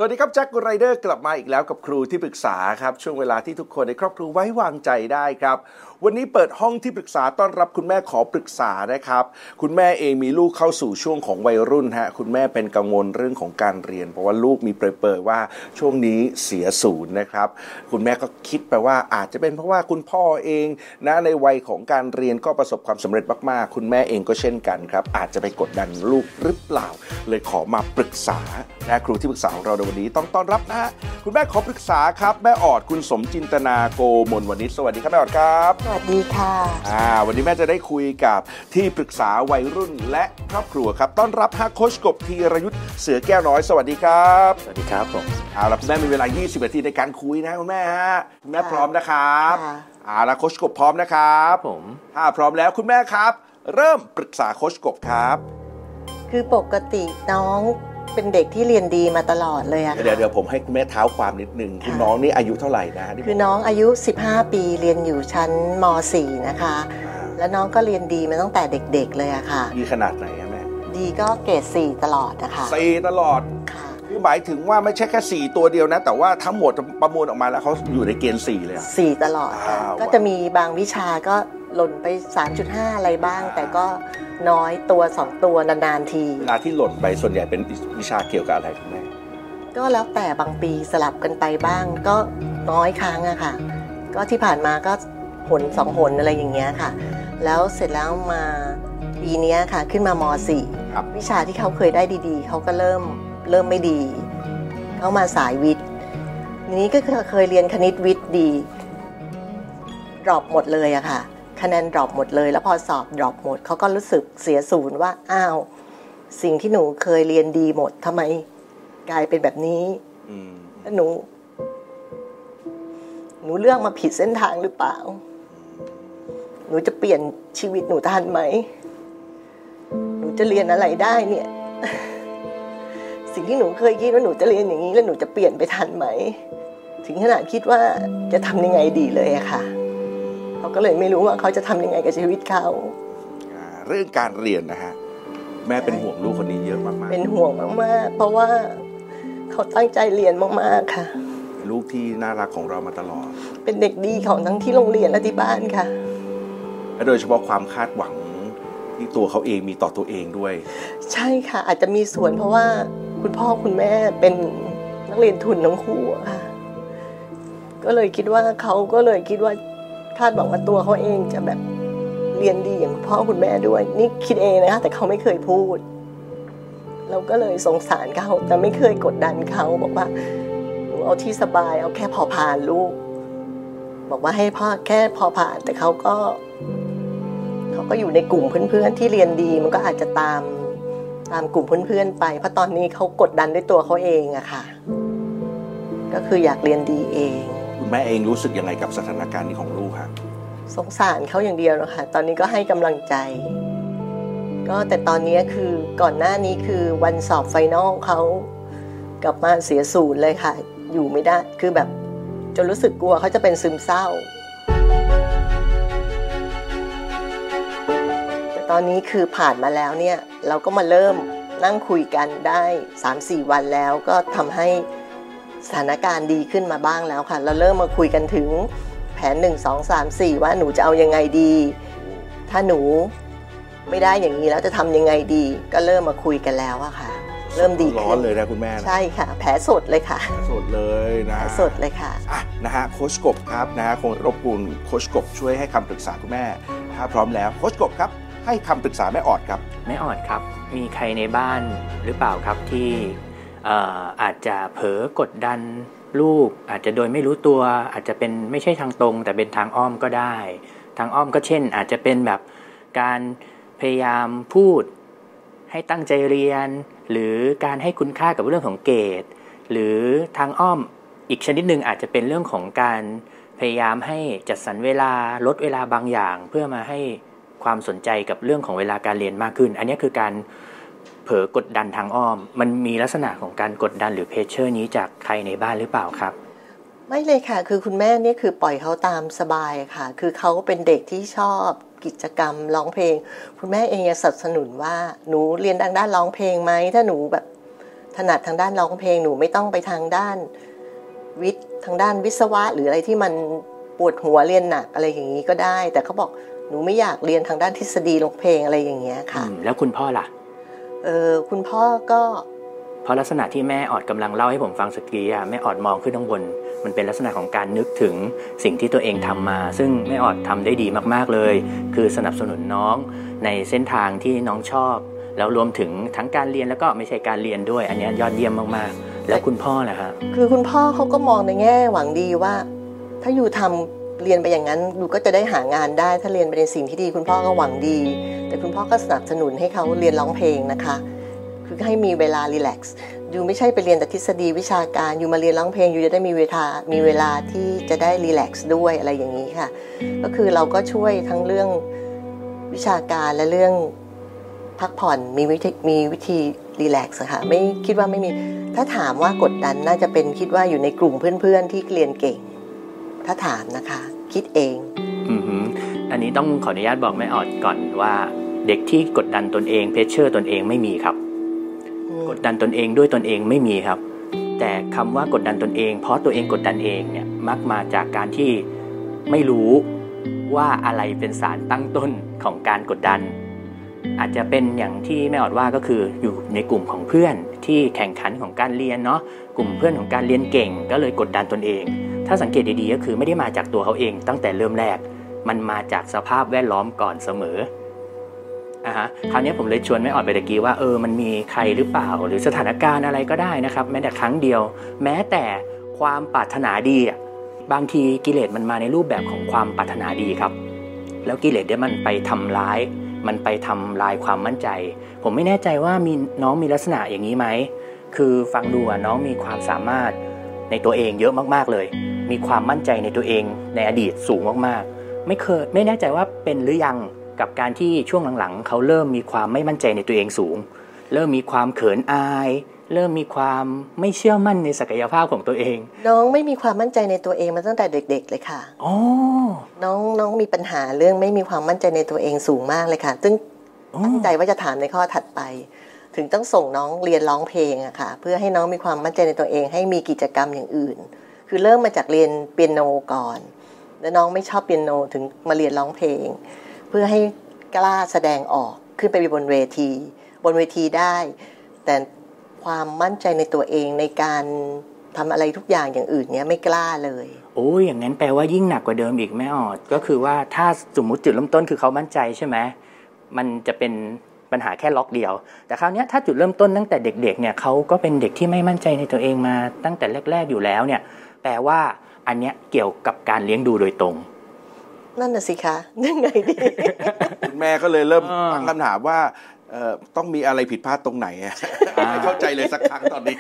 วัสดีครับแจ็คไรเดอร์กลับมาอีกแล้วกับครูที่ปรึกษาครับช่วงเวลาที่ทุกคนในครอบครัวไว้วางใจได้ครับวันนี้เปิดห้องที่ปรึกษาต้อนรับคุณแม่ขอปรึกษานะครับคุณแม่เองมีลูกเข้าสู่ช่วงของวัยรุ่นฮะคุณแม่เป็นกังวลเรื่องของการเรียนเพราะว่าลูกมีเปรยๆว่าช่วงนี้เสียศูนย์นะครับคุณแม่ก็คิดไปว่าอาจจะเป็นเพราะว่าคุณพ่อเองนะในวัยของการเรียนก็ประสบความสำเร็จมากๆคุณแม่เองก็เช่นกันครับอาจจะไปกดดันลูกหรือเปล่าเลยขอมาปรึกษานะครูที่ปรึกษาของเราในวันนี้ต้องต้อนรับนะฮะคุณแม่ขอปรึกษาครับแม่ออดคุณสมจินตนาโกมลวณิชสวัสดีครับแม่ออดครับสวัสดีค่ะวันนี้แม่จะได้คุยกับที่ปรึกษาวัยรุ่นและครอบครัวครับต้อนรับโค้ชกบธีรยุทธเสือแก้วน้อยสวัสดีครับสวัสดีครับผมแล้วคุณแม่มีเวลา20นาทีในการคุยนะคุณแม่ฮะคุณแม่พร้อมนะครับแล้วโค้ชกบพร้อมนะครับผมถ้าพร้อมแล้วคุณแม่ครับเริ่มปรึกษาโค้ชกบครับคือปกติน้องเป็นเด็กที่เรียนดีมาตลอดเลยอะเดี๋ยวผมให้คุณแม่เท้าความนิดนึงคือน้องนี่อายุเท่าไหร่นะคือน้องอายุ15ปีเรียนอยู่ชั้นม.4 นะคะแล้วน้องก็เรียนดีมาตั้งแต่เด็กๆเลยอะค่ะดีขนาดไหนแม่ดีก็เกรด4ตลอดนะคะ 4ตลอดคือหมายถึงว่าไม่ใช่แค่4ตัวเดียวนะแต่ว่าทั้งหมดประมวลออกมาแล้วเขาอยู่ในเกณฑ์4เลย 4ตลอดก็จะมีบางวิชาก็หล่นไป 3.5 อะไรบ้างแต่ก็น้อยตัว2ตัวนานๆทีเวลาที่หล่นไปส่วนใหญ่เป็นวิชาเกี่ยวกับอะไรคุณแม่ก็แล้วแต่บางปีสลับกันไปบ้างก็น้อยครั้งอะค่ะก็ที่ผ่านมาก็หน2หนอะไรอย่างเงี้ยค่ะแล้วเสร็จแล้วมาปีนี้ค่ะขึ้นมาม.4 วิชาที่เขาเคยได้ดีๆเขาก็เริ่มไม่ดีเขามาสายวิทย์นี้ก็เคยเรียนคณิตวิทย์ดีดรอปหมดเลยอะค่ะคะแนนดรอปหมดเลยแล้วพอสอบดรอปหมดเขาก็รู้สึกเสียศูนย์ว่าอ้าวสิ่งที่หนูเคยเรียนดีหมดทำไมกลายเป็นแบบนี้แล้วหนูเลือกมาผิดเส้นทางหรือเปล่าหนูจะเปลี่ยนชีวิตหนูทันไหมหนูจะเรียนอะไรได้เนี่ยสิ่งที่หนูเคยคิดว่าหนูจะเรียนอย่างนี้แล้วหนูจะเปลี่ยนไปทันไหมถึงขนาดคิดว่าจะทำยังไงดีเลยอะค่ะเขาก็เลยไม่รู้ว่าเขาจะทำยังไงกับชีวิตเขาเรื่องการเรียนนะฮะแม่เป็นห่วงลูกคนนี้เยอะมากๆเป็นห่วงมากๆเพราะว่าเขาตั้งใจเรียนมากๆค่ะลูกที่น่ารักของเรามาตลอดเป็นเด็กดีของทั้งที่โรงเรียนและที่บ้านค่ะและโดยเฉพาะความคาดหวังที่ตัวเขาเองมีต่อตัวเองด้วยใช่ค่ะอาจจะมีส่วนเพราะว่าคุณพ่อคุณแม่เป็นนักเรียนทุนทั้งคู่ค่ะก็เลยคิดว่าเขาก็เลยคิดว่าคาดหวังว่าตัวเขาเองจะแบบเรียนดีอย่างคุณพ่อคุณแม่ด้วยนี่คิดเองนะคะแต่เขาไม่เคยพูดเราก็เลยสงสารเขาแต่ไม่เคยกดดันเขาบอกว่าหนูเอาที่สบายเอาแค่พอผ่านลูกบอกว่าให้พ่อแค่พอผ่านแต่เขาก็อยู่ในกลุ่มเพื่อนๆที่เรียนดีมันก็อาจจะตามกลุ่มเพื่อนๆไปเพราะตอนนี้เขากดดันด้วยตัวเขาเองอะค่ะก็คืออยากเรียนดีเองคุณแม่เองรู้สึกยังไงกับสถานการณ์นี้ของลูกครับสงสารเขาอย่างเดียวนะคะตอนนี้ก็ให้กำลังใจก็แต่ตอนนี้คือก่อนหน้านี้คือวันสอบไฟนอลเขากลับมาเสียศูนย์เลยค่ะอยู่ไม่ได้คือแบบจนรู้สึกกลัวเขาจะเป็นซึมเศร้าแต่ตอนนี้คือผ่านมาแล้วเนี่ยเราก็มาเริ่มนั่งคุยกันได้ 3-4 วันแล้วก็ทำให้สถานการณ์ดีขึ้นมาบ้างแล้วค่ะเราเริ่มมาคุยกันถึงแผน1 2 3 4ว่าหนูจะเอายังไงดีถ้าหนูไม่ได้อย่างนี้แล้วจะทำยังไงดีก็เริ่มมาคุยกันแล้วอะค่ะเริ่มดีขึ้นร้อนเลยนะคุณแม่ใช่ค่ะแผลสดเลยค่ะสดเลยนะแผลสดเลยค่ะนะฮะโค้ชกบครับนะฮะคงรบกวนโค้ชกบช่วยให้คำปรึกษาคุณแม่ถ้าพร้อมแล้วโค้ชกบครับให้คำปรึกษาแม่ออดครับแม่ออดครับมีใครในบ้านหรือเปล่าครับที่อาจจะเผลอกดดันลูกอาจจะโดยไม่รู้ตัวอาจจะเป็นไม่ใช่ทางตรงแต่เป็นทางอ้อมก็ได้ทางอ้อมก็เช่นอาจจะเป็นแบบการพยายามพูดให้ตั้งใจเรียนหรือการให้คุณค่ากับเรื่องของเกรดหรือทางอ้อมอีกชนิดหนึ่งอาจจะเป็นเรื่องของการพยายามให้จัดสรรเวลาลดเวลาบางอย่างเพื่อมาให้ความสนใจกับเรื่องของเวลาการเรียนมากขึ้นอันนี้คือการเผลอกดดันทางอ้อมมันมีลักษณะของการกดดันหรือเพชเชอร์นี้จากใครในบ้านหรือเปล่าครับไม่เลยค่ะคือคุณแม่นี่คือปล่อยเขาตามสบายค่ะคือเขาเป็นเด็กที่ชอบกิจกรรมร้องเพลงคุณแม่เองจะสนับสนุนว่าหนูเรียนด้านร้องเพลงไหมถ้าหนูแบบถนัดทางด้านร้องเพลงหนูไม่ต้องไปทางด้านทางด้านวิศวะหรืออะไรที่มันปวดหัวเรียนหนักอะไรอย่างนี้ก็ได้แต่เขาบอกหนูไม่อยากเรียนทางด้านทฤษฎีร้องเพลงอะไรอย่างเงี้ยค่ะแล้วคุณพ่อล่ะคุณพ่อก็เพราะลักษณะที่แม่ออดกำลังเล่าให้ผมฟังสักทีแม่ออดมองขึ้นข้างบนมันเป็นลักษณะของการนึกถึงสิ่งที่ตัวเองทำมาซึ่งแม่ออดทำได้ดีมากๆเลยคือสนับสนุนน้องในเส้นทางที่น้องชอบแล้วรวมถึงทั้งการเรียนแล้วก็ไม่ใช่การเรียนด้วยอันนี้ยอดเยี่ยมมากๆแล้วคุณพ่อล่ะฮะคือคุณพ่อเขาก็มองในแง่หวังดีว่าถ้าอยู่ทำเรียนไปอย่างนั้นอยู่ก็จะได้หางานได้ถ้าเรียนไปในสิ่งที่ดีคุณพ่อก็หวังดีแต่คุณพ่อก็สนับสนุนให้เขาเรียนร้องเพลงนะคะคือให้มีเวลารีแลกซ์อยู่ไม่ใช่ไปเรียนแต่ทฤษฎีวิชาการอยู่มาเรียนร้องเพลงอยู่จะได้มีเวลาที่จะได้รีแลกซ์ด้วยอะไรอย่างนี้ค่ะก็คือเราก็ช่วยทั้งเรื่องวิชาการและเรื่องพักผ่อนมีวิธีรีแลกซ์ค่ะไม่คิดว่าไม่มีถ้าถามว่ากดดันน่าจะเป็นคิดว่าอยู่ในกลุ่มเพื่อนๆที่เรียนเก่งถ้าถามนะคะคิดเองอันนี้ต้องขออนุญาตบอกแม่ออดก่อนว่าเด็กที่กดดันตนเองเพชเชอร์ตนเองไม่มีครับกดดันตนเองด้วยตนเองไม่มีครับแต่คำว่ากดดันตนเองเพราะตัวเองกดดันเองเนี่ยมักมาจากการที่ไม่รู้ว่าอะไรเป็นสารตั้งต้นของการกดดันอาจจะเป็นอย่างที่แม่ออดว่าก็คืออยู่ในกลุ่มของเพื่อนที่แข่งขันของการเรียนเนาะกลุ่มเพื่อนของการเรียนเก่งก็เลยกดดันตนเองถ้าสังเกตดีๆก็คือไม่ได้มาจากตัวเขาเองตั้งแต่เริ่มแรกมันมาจากสภาพแวดล้อมก่อนเสมอคราวนี้ผมเลยชวนแม่ออดไปตะกี้ว่ามันมีใครหรือเปล่าหรือสถานการณ์อะไรก็ได้นะครับแม้แต่ครั้งเดียวแม้แต่ความปรารถนาดีบางทีกิเลสมันมาในรูปแบบของความปรารถนาดีครับแล้วกิเลสเนี่ยมันไปทำร้ายความมั่นใจผมไม่แน่ใจว่าน้องมีลักษณะอย่างนี้ไหมคือฟังดูน้องมีความสามารถในตัวเองเยอะมากๆเลยมีความมั่นใจในตัวเองในอดีตสูงมากๆไม่แน่ใจว่าเป็นหรือยังกับการที่ช่วงหลังๆเขาเริ่มมีความไม่มั่นใจในตัวเองสูงเริ่มมีความเขินอายเริ่มมีความไม่เชื่อมั่นในศักยภาพของตัวเองน้องไม่มีความมั่นใจในตัวเองมาตั้งแต่เด็กๆเลยค่ะน้องมีปัญหาเรื่องไม่มีความมั่นใจในตัวเองสูงมากเลยค่ะซึ่งตั้งใจว่าจะถามในข้อถัดไปถึงต้องส่งน้องเรียนร้องเพลงอะค่ะเพื่อให้น้องมีความมั่นใจในตัวเองให้มีกิจกรรมอย่างอื่นคือเริ่มมาจากเรียนเปียโนก่อนแล้วน้องไม่ชอบเปียโนถึงมาเรียนร้องเพลงเพื่อให้กล้าแสดงออกขึ้นไปบนเวทีได้แต่ความมั่นใจในตัวเองในการทำอะไรทุกอย่างอย่างอื่นเนี้ยไม่กล้าเลยอย่างนั้นแปลว่ายิ่งหนักกว่าเดิมอีกแม่ออดก็คือว่าถ้าสมมุติจุดเริ่มต้นคือเขามั่นใจใช่ไหมมันจะเป็นปัญหาแค่ล็อกเดียวแต่คราวนี้ถ้าจุดเริ่มต้นตั้งแต่เด็กๆเนี่ยเขาก็เป็นเด็กที่ไม่มั่นใจในตัวเองมาตั้งแต่แรกๆอยู่แล้วเนี่ยแปลว่าอันเนี้ยเกี่ยวกับการเลี้ยงดูโดยตรงนั่นน่ะสิคะยังไงดีคุณแม่ก็เลยเริ่มตั้งคำถามว่าต้องมีอะไรผิดพลาดตรงไหนไม่เข้าใจเลยสักครั้งตอนนี้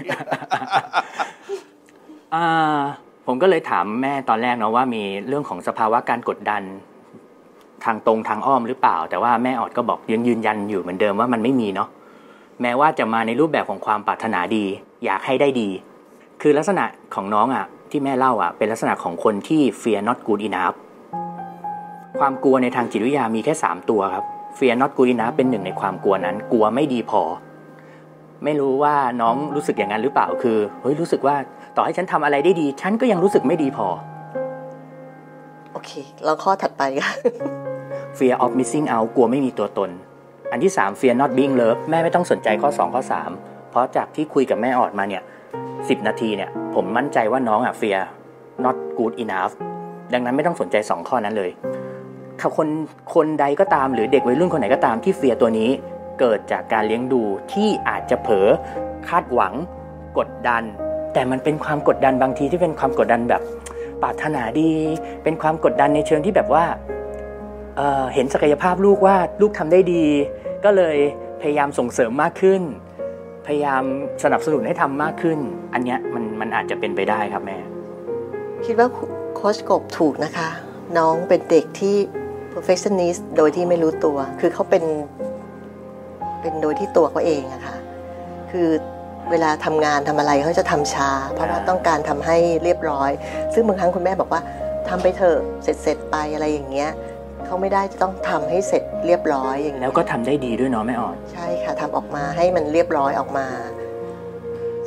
ผมก็เลยถามแม่ตอนแรกเนาะว่ามีเรื่องของสภาวะการกดดันทางตรงทางอ้อมหรือเปล่าแต่ว่าแม่ออดก็บอกยังยืนยันอยู่เหมือนเดิมว่ามันไม่มีเนาะแม้ว่าจะมาในรูปแบบของความปรารถนาดีอยากให้ได้ดีคือลักษณะของน้องที่แม่เล่าเป็นลักษณะของคนที่ fear not good enough ความกลัวในทางจิตวิทยามีแค่3ตัวครับ fear not good enough เป็นหนึ่งในความกลัวนั้นกลัวไม่ดีพอไม่รู้ว่าน้องรู้สึกอย่างนั้นหรือเปล่าคือรู้สึกว่าต่อให้ฉันทำอะไรได้ดีฉันก็ยังรู้สึกไม่ดีพอโอเคเราข้อถัดไปค่ะ fear of missing out กลัวไม่มีตัวตนอันที่3 fear not being loved แม่ไม่ต้องสนใจข้อ2ข้อ3เพราะจากที่คุยกับแม่ออดมาเนี่ย10นาทีเนี่ยผมมั่นใจว่าน้องfear not good enough ดังนั้นไม่ต้องสนใจ2ข้อนั้นเลยคนใดก็ตามหรือเด็กวัยรุ่นคนไหนก็ตามที่เฟียตัวนี้เกิดจากการเลี้ยงดูที่อาจจะเผลอคาดหวังกดดันแต่มันเป็นความกดดันบางทีที่เป็นความกดดันแบบปรารถนาดีเป็นความกดดันในเชิงที่แบบว่าเห็นศักยภาพลูกว่าลูกทำได้ดีก็เลยพยายามส่งเสริมมากขึ้นพยายามสนับสนุนให้ทำมากขึ้นอันเนี้ยมันอาจจะเป็นไปได้ครับแม่คิดว่าโค้ชกบถูกนะคะน้องเป็นเด็กที่perfectionist โดยที่ไม่รู้ตัวคือเขาเป็นโดยที่ตัวเขาเองอะค่ะคือเวลาทำงานทำอะไรเขาจะทำช้าเพราะว่าต้องการทำให้เรียบร้อยซึ่งบางครั้งคุณแม่บอกว่าทำไปเถอะเสร็จไปอะไรอย่างเงี้ยเขาไม่ได้จะต้องทำให้เสร็จเรียบร้อยอย่างนี้แล้วก็ทำได้ดีด้วยเนาะแม่ออดใช่ค่ะทำออกมาให้มันเรียบร้อยออกมา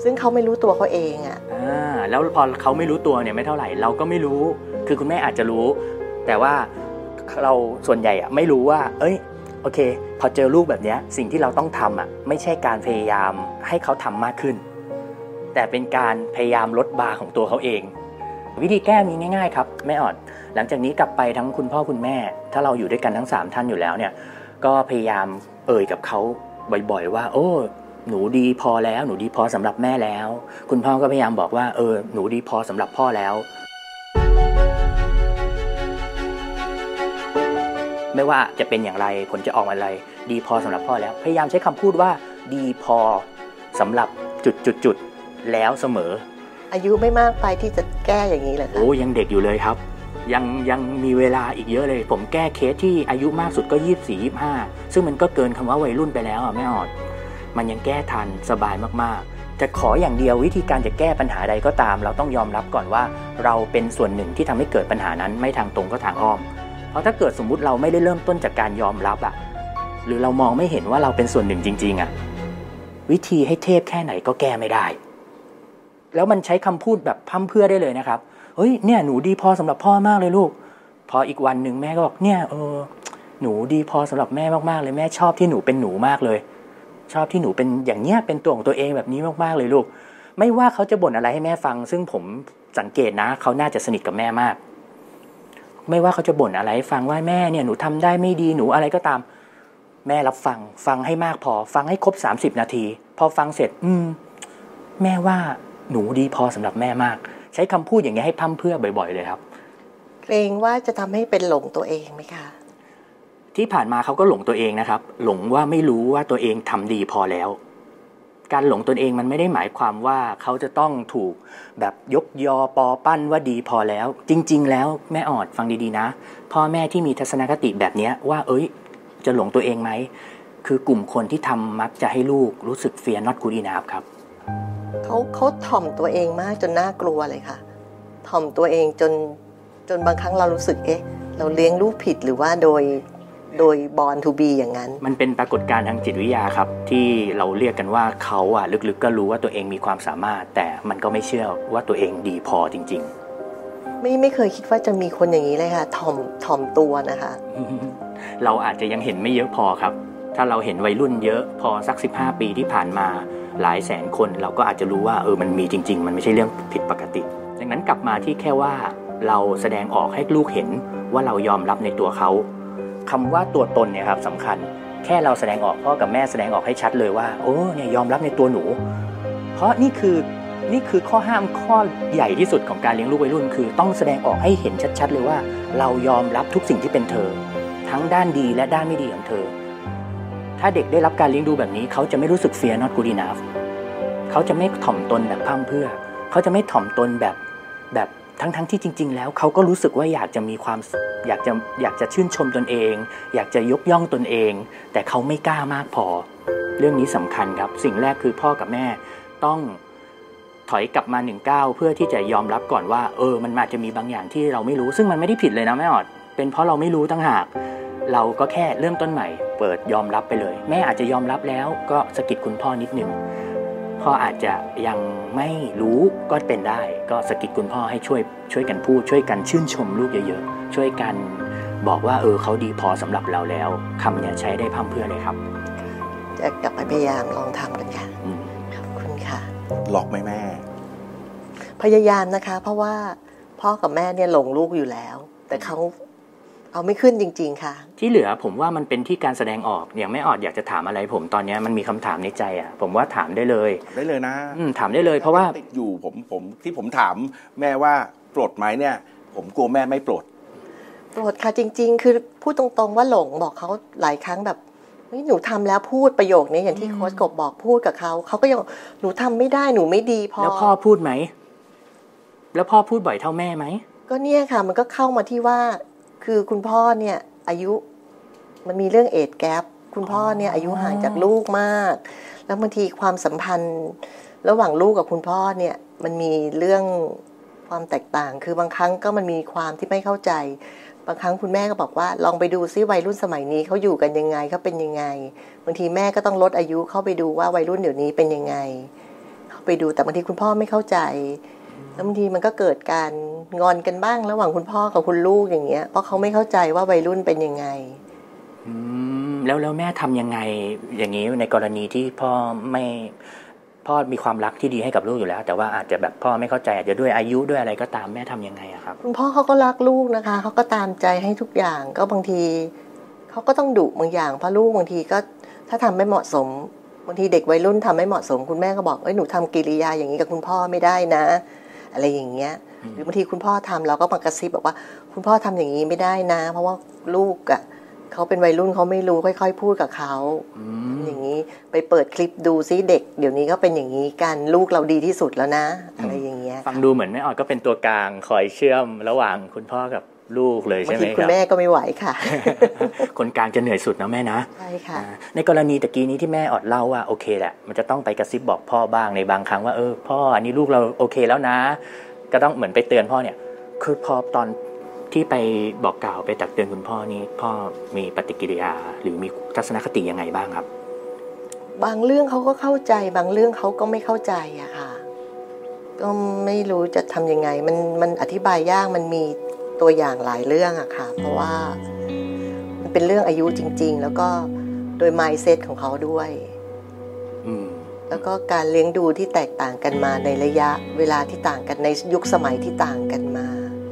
ซึ่งเขาไม่รู้ตัวเขาเองแล้วพอเขาไม่รู้ตัวเนี่ยไม่เท่าไหร่เราก็ไม่รู้คือคุณแม่อาจจะรู้แต่ว่าเราส่วนใหญ่ไม่รู้ว่าโอเคพอเจอลูกแบบนี้สิ่งที่เราต้องทำไม่ใช่การพยายามให้เขาทำมากขึ้นแต่เป็นการพยายามลดบาร์ของตัวเขาเองวิธีแก้มีง่ายๆครับแม่อ่อนหลังจากนี้กลับไปทั้งคุณพ่อคุณแม่ถ้าเราอยู่ด้วยกันทั้ง3ท่านอยู่แล้วเนี่ยก็พยายามกับเขาบ่อยๆว่าโอ้หนูดีพอแล้วหนูดีพอสำหรับแม่แล้วคุณพ่อก็พยายามบอกว่าหนูดีพอสำหรับพ่อแล้วไม่ว่าจะเป็นอย่างไรผลจะออกมาอะไรดีพอสำหรับพ่อแล้วพยายามใช้คำพูดว่าดีพอสำหรับจุดแล้วเสมออายุไม่มากไปที่จะแก้อย่างนี้เลยค่ะยังเด็กอยู่เลยครับยังมีเวลาอีกเยอะเลยผมแก้เคสที่อายุมากสุดก็24-25ซึ่งมันก็เกินคำว่าวัยรุ่นไปแล้วแม่ออดมันยังแก้ทันสบายมากๆจะขออย่างเดียววิธีการจะแก้ปัญหาใดก็ตามเราต้องยอมรับก่อนว่าเราเป็นส่วนหนึ่งที่ทำให้เกิดปัญหานั้นไม่ทางตรงก็ทางอ้อมเพราะถ้าเกิดสมมุติเราไม่ได้เริ่มต้นจากการยอมรับหรือเรามองไม่เห็นว่าเราเป็นส่วนหนึ่งจริงๆวิธีให้เทพแค่ไหนก็แก้ไม่ได้แล้วมันใช้คำพูดแบบพร่ำเพรื่อได้เลยนะครับเนี่ยหนูดีพอสำหรับพ่อมากเลยลูกพออีกวันหนึ่งแม่ก็บอกเนี่ยหนูดีพอสำหรับแม่มากๆเลยแม่ชอบที่หนูเป็นหนูมากเลยชอบที่หนูเป็นอย่างเนี้ยเป็นตัวของตัวเองแบบนี้มากๆเลยลูกไม่ว่าเขาจะบ่นอะไรให้แม่ฟังซึ่งผมสังเกตนะเขาน่าจะสนิทกับแม่มากไม่ว่าเขาจะบ่นอะไรฟังว่าแม่เนี่ยหนูทำได้ไม่ดีหนูอะไรก็ตามแม่รับฟังให้มากพอฟังให้ครบ30นาทีพอฟังเสร็จแม่ว่าหนูดีพอสำหรับแม่มากใช้คำพูดอย่างเงี้ยให้พร่ำเพรื่อบ่อยๆเลยครับเกรงว่าจะทำให้เป็นหลงตัวเองไหมคะที่ผ่านมาเขาก็หลงตัวเองนะครับหลงว่าไม่รู้ว่าตัวเองทำดีพอแล้วการหลงตนเองมันไม่ได้หมายความว่าเขาจะต้องถูกแบบยกยอปอปั้นว่าดีพอแล้วจริงๆแล้วแม่ออดฟังดีๆนะพ่อแม่ที่มีทัศนคติแบบนี้ว่าจะหลงตัวเองไหมคือกลุ่มคนที่ทำมักจะให้ลูกรู้สึก fear not good enough ครับเขาถ่อมตัวเองมากจนน่ากลัวเลยค่ะถ่อมตัวเองจนบางครั้งเรารู้สึกเราเลี้ยงลูกผิดหรือว่าโดย born to be อย่างนั้นมันเป็นปรากฏการณ์ทางจิตวิทยาครับที่เราเรียกกันว่าเขาลึกๆก็รู้ว่าตัวเองมีความสามารถแต่มันก็ไม่เชื่อว่าตัวเองดีพอจริงๆไม่เคยคิดว่าจะมีคนอย่างนี้เลยค่ะถ่อมตัวนะคะเราอาจจะยังเห็นไม่เยอะพอครับถ้าเราเห็นวัยรุ่นเยอะพอสัก15ปีที่ผ่านมาหลายแสนคนเราก็อาจจะรู้ว่ามันมีจริงๆมันไม่ใช่เรื่องผิดปกติดังนั้นกลับมาที่แค่ว่าเราแสดงออกให้ลูกเห็นว่าเรายอมรับในตัวเขาคำว่าตัวตนเนี่ยครับสำคัญแค่เราแสดงออกพ่อกับแม่แสดงออกให้ชัดเลยว่าเนี่ยยอมรับในตัวหนูเพราะนี่คือข้อห้ามข้อใหญ่ที่สุดของการเลี้ยงลูกวัยรุ่นคือต้องแสดงออกให้เห็นชัดๆเลยว่าเรายอมรับทุกสิ่งที่เป็นเธอทั้งด้านดีและด้านไม่ดีของเธอถ้าเด็กได้รับการเลี้ยงดูแบบนี้เขาจะไม่รู้สึก fear not good enough เขาจะไม่ถ่อมตนแบบพร่ำเพรื่อเขาจะไม่ถ่อมตนแบบทั้งที่จริงๆแล้วเขาก็รู้สึกว่าอยากจะมีความอยากจะชื่นชมตนเองอยากจะยกย่องตนเองแต่เขาไม่กล้ามากพอเรื่องนี้สำคัญครับสิ่งแรกคือพ่อกับแม่ต้องถอยกลับมา1 ก้าวเพื่อที่จะยอมรับก่อนว่ามันอาจจะมีบางอย่างที่เราไม่รู้ซึ่งมันไม่ได้ผิดเลยนะแม่ออดเป็นเพราะเราไม่รู้ต่างหากเราก็แค่เริ่มต้นใหม่เปิดยอมรับไปเลยแม่อาจจะยอมรับแล้วก็สะกิดคุณพ่อนิดนึงพ่ออาจจะยังไม่รู้ก็เป็นได้ก็สะกิดคุณพ่อให้ช่วยกันพูดช่วยกันชื่นชมลูกเยอะๆช่วยกันบอกว่าเขาดีพอสำหรับเราแล้วคำนี้ใช้ได้พร่ำเพรื่อเลยครับจะกลับไปพยายามลองทำกันค่ะขอบคุณค่ะล็อกไหมแม่พยายามนะคะเพราะว่าพ่อกับแม่เนี่ยหลงลูกอยู่แล้วแต่เขาเอาไม่ขึ้นจริงๆค่ะที่เหลือผมว่ามันเป็นที่การแสดงออกอย่างแม่ออดอยากจะถามอะไรผมตอนนี้มันมีคำถามในใจผมว่าถามได้เลยนะถามได้เลยเพราะว่าติดอยู่ผมที่ผมถามแม่ว่าโปรดไหมเนี่ยผมกลัวแม่ไม่โปรดค่ะจริงๆคือพูดตรงๆว่าหลงบอกเขาหลายครั้งแบบหนูทำแล้วพูดประโยคนี้อย่างที่โค้ชกบบอกพูดกับเขาก็ยังหนูทำไม่ได้หนูไม่ดีพอแล้วพ่อพูดไหมแล้วพ่อพูดบ่อยเท่าแม่ไหมก็เนี่ยค่ะมันก็เข้ามาที่ว่าคือคุณพ่อเนี่ยอายุมันมีเรื่องเอจแกปคุณพ่อเนี่ยอายุห่างจากลูกมากแล้วบางทีความสัมพันธ์ระหว่างลูกกับคุณพ่อเนี่ยมันมีเรื่องความแตกต่างคือบางครั้งก็มันมีความที่ไม่เข้าใจบางครั้งคุณแม่ก็บอกว่าลองไปดูซิวัยรุ่นสมัยนี้เขาอยู่กันยังไงเขาเป็นยังไงบางทีแม่ก็ต้องลดอายุเข้าไปดูว่าวัยรุ่นเดี๋ยวนี้เป็นยังไงไปดูแต่บางทีคุณพ่อไม่เข้าใจแล้วบางทีมันก็เกิดการงอนกันบ้างระหว่างคุณพ่อกับคุณลูกอย่างเงี้ยเพราะเขาไม่เข้าใจว่าวัยรุ่นเป็นยังไงแล้วแม่ทำยังไงอย่างนี้ในกรณีที่พ่อมีความรักที่ดีให้กับลูกอยู่แล้วแต่ว่าอาจจะแบบพ่อไม่เข้าใจอาจจะด้วยอายุด้วยอะไรก็ตามแม่ทำยังไงอะครับคุณพ่อเขาก็รักลูกนะคะเขาก็ตามใจให้ทุกอย่างก็บางทีเขาก็ต้องดุบางอย่างเพราะลูกบางทีก็ถ้าทำไม่เหมาะสมบางทีเด็กวัยรุ่นทำไม่เหมาะสมคุณแม่ก็บอกหนูทำกิริยาอย่างนี้กับคุณพ่อไม่ได้นะอะไรอย่างเงี้ยหรือบางทีคุณพ่อทำเราก็มากระซิบบอกว่าคุณพ่อทำอย่างนี้ไม่ได้นะเพราะว่าลูกอ่ะเขาเป็นวัยรุ่นเขาไม่รู้ค่อยๆพูดกับเขาอย่างนี้ไปเปิดคลิปดูซิเด็กเดี๋ยวนี้ก็เป็นอย่างนี้กันลูกเราดีที่สุดแล้วนะอะไรอย่างเงี้ยฟังดูเหมือนแม่ออดก็เป็นตัวกลางคอยเชื่อมระหว่างคุณพ่อกับลูกเลยใช่ไหมครับบางทีคุณแม่ก็ไม่ไหวค่ะคนกลางจะเหนื่อยสุดนะแม่นะใช่ค่ะในกรณีตะกี้นี้ที่แม่ออดเล่าว่าโอเคแหละมันจะต้องไปกระซิบบอกพ่อบ้างในบางครั้งว่าพ่ออันนี้ลูกเราโอเคแล้วนะก็ต้องเหมือนไปเตือนพ่อเนี่ยคือพอตอนที่ไปบอกกล่าวไปตักเตือนคุณพ่อนี่พ่อมีปฏิกิริยาหรือมีทัศนคติยังไงบ้างครับบางเรื่องเขาก็เข้าใจบางเรื่องเขาก็ไม่เข้าใจอะค่ะก็ไม่รู้จะทำยังไงมันอธิบายยากมันมีตัวอย่างหลายเรื่องอะค่ะเพราะว่ามันเป็นเรื่องอายุจริงๆแล้วก็โดย mindset ของเขาด้วยแล้วก็การเลี้ยงดูที่แตกต่างกันมาในระยะเวลาที่ต่างกันในยุคสมัยที่ต่างกันมา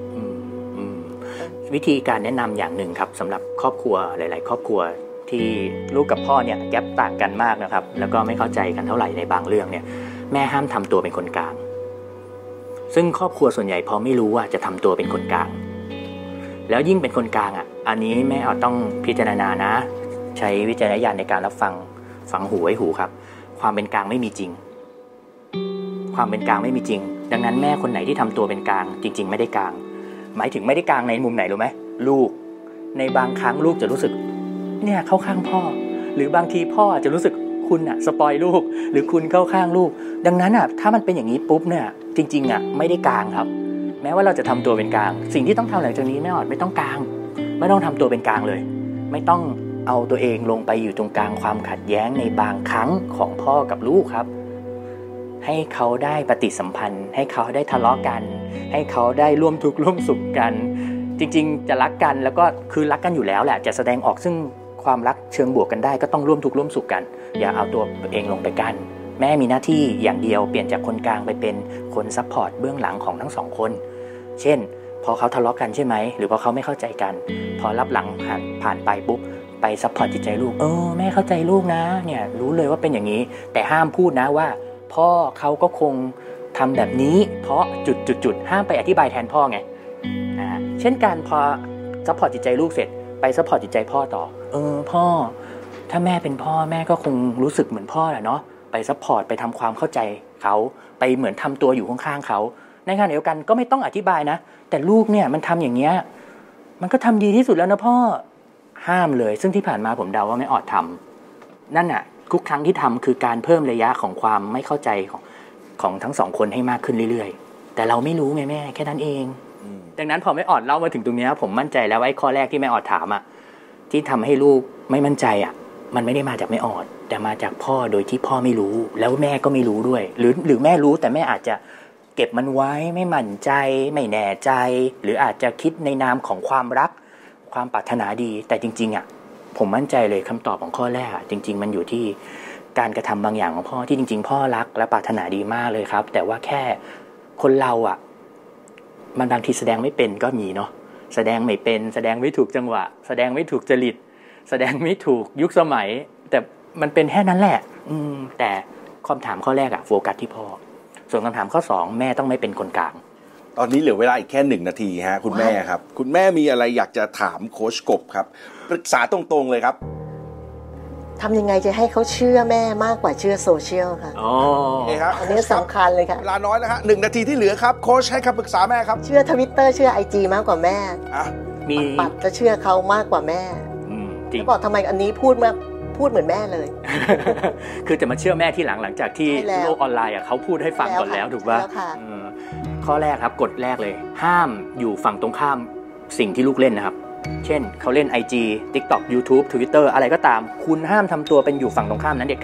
วิธีการแนะนำอย่างหนึ่งครับสำหรับครอบครัวหลายๆครอบครัวที่ลูกกับพ่อเนี่ยแกปต่างกันมากนะครับแล้วก็ไม่เข้าใจกันเท่าไหร่ในบางเรื่องเนี่ยแม่ห้ามทำตัวเป็นคนกลางซึ่งครอบครัวส่วนใหญ่พอไม่รู้ว่าจะทำตัวเป็นคนกลางแล้วยิ่งเป็นคนกลางอันนี้แม่ต้องพิจารณานะใช้วิจารณญาณในการรับฟังหูไว้หูครับความเป็นกลางไม่มีจริงความเป็นกลางไม่มีจริงดังนั้นแม่คนไหนที่ทำตัวเป็นกลางจริงๆไม่ได้กลางหมายถึงไม่ได้กลางในมุมไหนรู้ไหมลูกในบางครั้งลูกจะรู้สึกเนี่ยเข้าข้างพ่อหรือบางทีพ่อจะรู้สึกคุณสปอยลูกหรือคุณเข้าข้างลูกดังนั้นถ้ามันเป็นอย่างนี้ปุ๊บเนี่ยจริงๆไม่ได้กลางครับแม้ว่าเราจะทำตัวเป็นกลางสิ่งที่ต้องทำหลังจากนี้แม่ออดไม่ต้องกลางไม่ต้องทำตัวเป็นกลางเลยไม่ต้องเอาตัวเองลงไปอยู่ตรงกลางความขัดแย้งในบางครั้งของพ่อกับลูกครับให้เขาได้ปฏิสัมพันธ์ให้เขาได้ทะเลาะกันให้เขาได้ร่วมทุกข์ร่วมสุขกันจริงๆจะรักกันแล้วก็คือรักกันอยู่แล้วแหละจะแสดงออกซึ่งความรักเชิงบวกกันได้ก็ต้องร่วมทุกข์ร่วมสุขกันอย่าเอาตัวเองลงไปกันแม่มีหน้าที่อย่างเดียวเปลี่ยนจากคนกลางไปเป็นคนซัพพอร์ตเบื้องหลังของทั้งสองคนเช่นพอเขาทะเลาะกันใช่ไหมหรือพอเขาไม่เข้าใจกันพอรับหลังผ่านไปปุ๊บไปซัพพอร์ตจิตใจลูกแม่เข้าใจลูกนะเนี่ยรู้เลยว่าเป็นอย่างนี้แต่ห้ามพูดนะว่าพ่อเขาก็คงทำแบบนี้เพราะจุดห้ามไปอธิบายแทนพ่อไงเช่นการพอซัพพอร์ตจิตใจลูกเสร็จไปซัพพอร์ตจิตใจพ่อต่อพ่อถ้าแม่เป็นพ่อแม่ก็คงรู้สึกเหมือนพ่อแหละเนาะไปซัพพอร์ตไปทำความเข้าใจเขาไปเหมือนทำตัวอยู่ข้างๆเขาในขณะเดียวกันก็ไม่ต้องอธิบายนะแต่ลูกเนี่ยมันทำอย่างเงี้ยมันก็ทำดีที่สุดแล้วนะพ่อห้ามเลยซึ่งที่ผ่านมาผมเดาว่าไม่ออดทำนั่นทุกครั้งที่ทำคือการเพิ่มระยะของความไม่เข้าใจของทั้งสองคนให้มากขึ้นเรื่อยๆแต่เราไม่รู้ไงแม่แค่นั้นเองดังนั้นพอไม่ออดเล่ามาถึงตรงนี้ผมมั่นใจแล้วว่าไอ้ข้อแรกที่แม่ออดถามที่ทำให้ลูกไม่มั่นใจมันไม่ได้มาจากแม่ออดแต่มาจากพ่อโดยที่พ่อไม่รู้แล้วแม่ก็ไม่รู้ด้วยหรือแม่รู้แต่แม่อาจจะเก็บมันไว้ไม่มั่นใจไม่แน่ใจหรืออาจจะคิดในนามของความรักความปรารถนาดีแต่จริงๆผมมั่นใจเลยคำตอบของข้อแรกจริงๆมันอยู่ที่การกระทำบางอย่างของพ่อที่จริงๆพ่อรักและปรารถนาดีมากเลยครับแต่ว่าแค่คนเรามันบางทีแสดงไม่เป็นก็มีเนาะแสดงไม่เป็นแสดงไม่ถูกจังหวะแสดงไม่ถูกจริตแสดงไม่ถูกยุคสมัยแต่มันเป็นแค่นั้นแหละแต่คำถามข้อแรกโฟกัสที่พ่อส่วนคำถามข้อ2แม่ต้องไม่เป็นคนกลางตอนนี้เหลือเวลาอีกแค่1นาทีฮะคุณแม่ครับคุณแม่มีอะไรอยากจะถามโค้ชกบครับปรึกษาตรงๆเลยครับทำยังไงจะให้เขาเชื่อแม่มากกว่าเชื่อโซเชียลค่ะอันนี้สำคัญเลยค่ะเวลาน้อยแล้วฮะ1นาทีที่เหลือครับโค้ชให้คำปรึกษาแม่ครับเชื่อ Twitter เชื่อ IG มากกว่าแม่มีปัดจะเชื่อเขามากกว่าแม่จริงบอกทำไมอันนี้พูดเหมือนแม่เลยคือจะมาเชื่อแม่ที่หลังจากที่โลกออนไลน์เขาพูดให้ฟังก่อนแล้วถูกป่ะข้อแรกครับกฎแรกเลยห้ามอยู่ฝั่งตรงข้ามสิ่งที่ลูกเล่นนะครับเช่นเขาเล่น IG TikTok YouTube Twitter อะไรก็ตามคุณห้ามทำตัวเป็นอยู่ฝั่งตรงข้ามนั้นเด็ดขาดค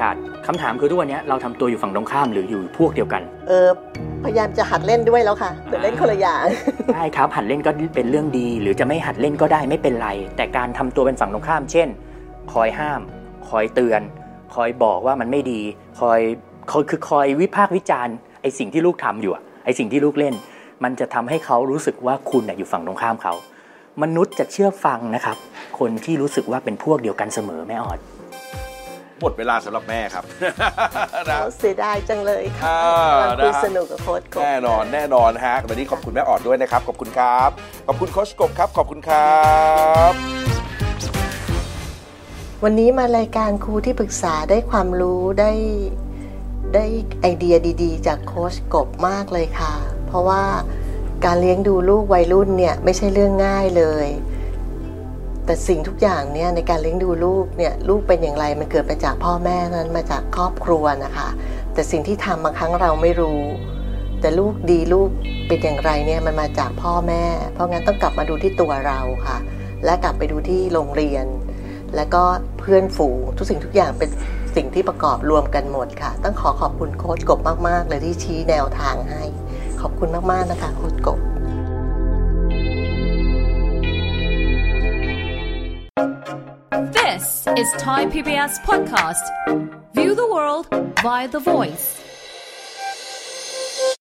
คำถามคือทุกวันนี้เราทำตัวอยู่ฝั่งตรงข้ามหรืออยู่พวกเดียวกันพยายามจะหัดเล่นด้วยแล้วค่ะแต่เล่นคนละอย่างใช่ครับหัดเล่นก็เป็นเรื่องดีหรือจะไม่หัดเล่นก็ได้ไม่เป็นไรแต่การทำตัวเป็นฝั่งตรงข้ามเช่นคอยห้ามคอยเตือนคอยบอกว่ามันไม่ดีคอยวิพากษ์วิจารณ์ไอ้สิ่งที่ลูกทำอยู่ไอ้สิ่งที่ลูกเล่นมันจะทำให้เขารู้สึกว่าคุณอยู่ฝั่งตรงข้ามเขามนุษย์จะเชื่อฟังนะครับคนที่รู้สึกว่าเป็นพวกเดียวกันเสมอแม่ออดหมดเวลาสำหรับแม่ครับเสียดายจังเลยค่ะคุยสนุกกับโค้ชกบแน่นอนฮะวันนี้ขอบคุณแม่ออดด้วยนะครับขอบคุณครับขอบคุณโค้ชกบครับขอบคุณครับวันนี้มารายการครูที่ปรึกษาได้ความรู้ได้ไอเดียดีๆจากโค้ชกบมากเลยค่ะเพราะว่าการเลี้ยงดูลูกวัยรุ่นเนี่ยไม่ใช่เรื่องง่ายเลยแต่สิ่งทุกอย่างเนี่ยในการเลี้ยงดูลูกเนี่ยลูกเป็นอย่างไรมันเกิดมาจากพ่อแม่นั้นมาจากครอบครัวนะคะแต่สิ่งที่ทำบางครั้งเราไม่รู้แต่ลูกดีลูกเป็นอย่างไรเนี่ยมันมาจากพ่อแม่เพราะงั้นต้องกลับมาดูที่ตัวเราค่ะและกลับไปดูที่โรงเรียนแล้วก็เพื่อนฝูงทุกสิ่งทุกอย่างเป็นสิ่งที่ประกอบรวมกันหมดค่ะต้องขอบคุณโค้ชกบมากๆเลยที่ชี้แนวทางให้ขอบคุณมากๆนะคะโค้ชกบ This is Thai PBS podcast. View the world via the voice.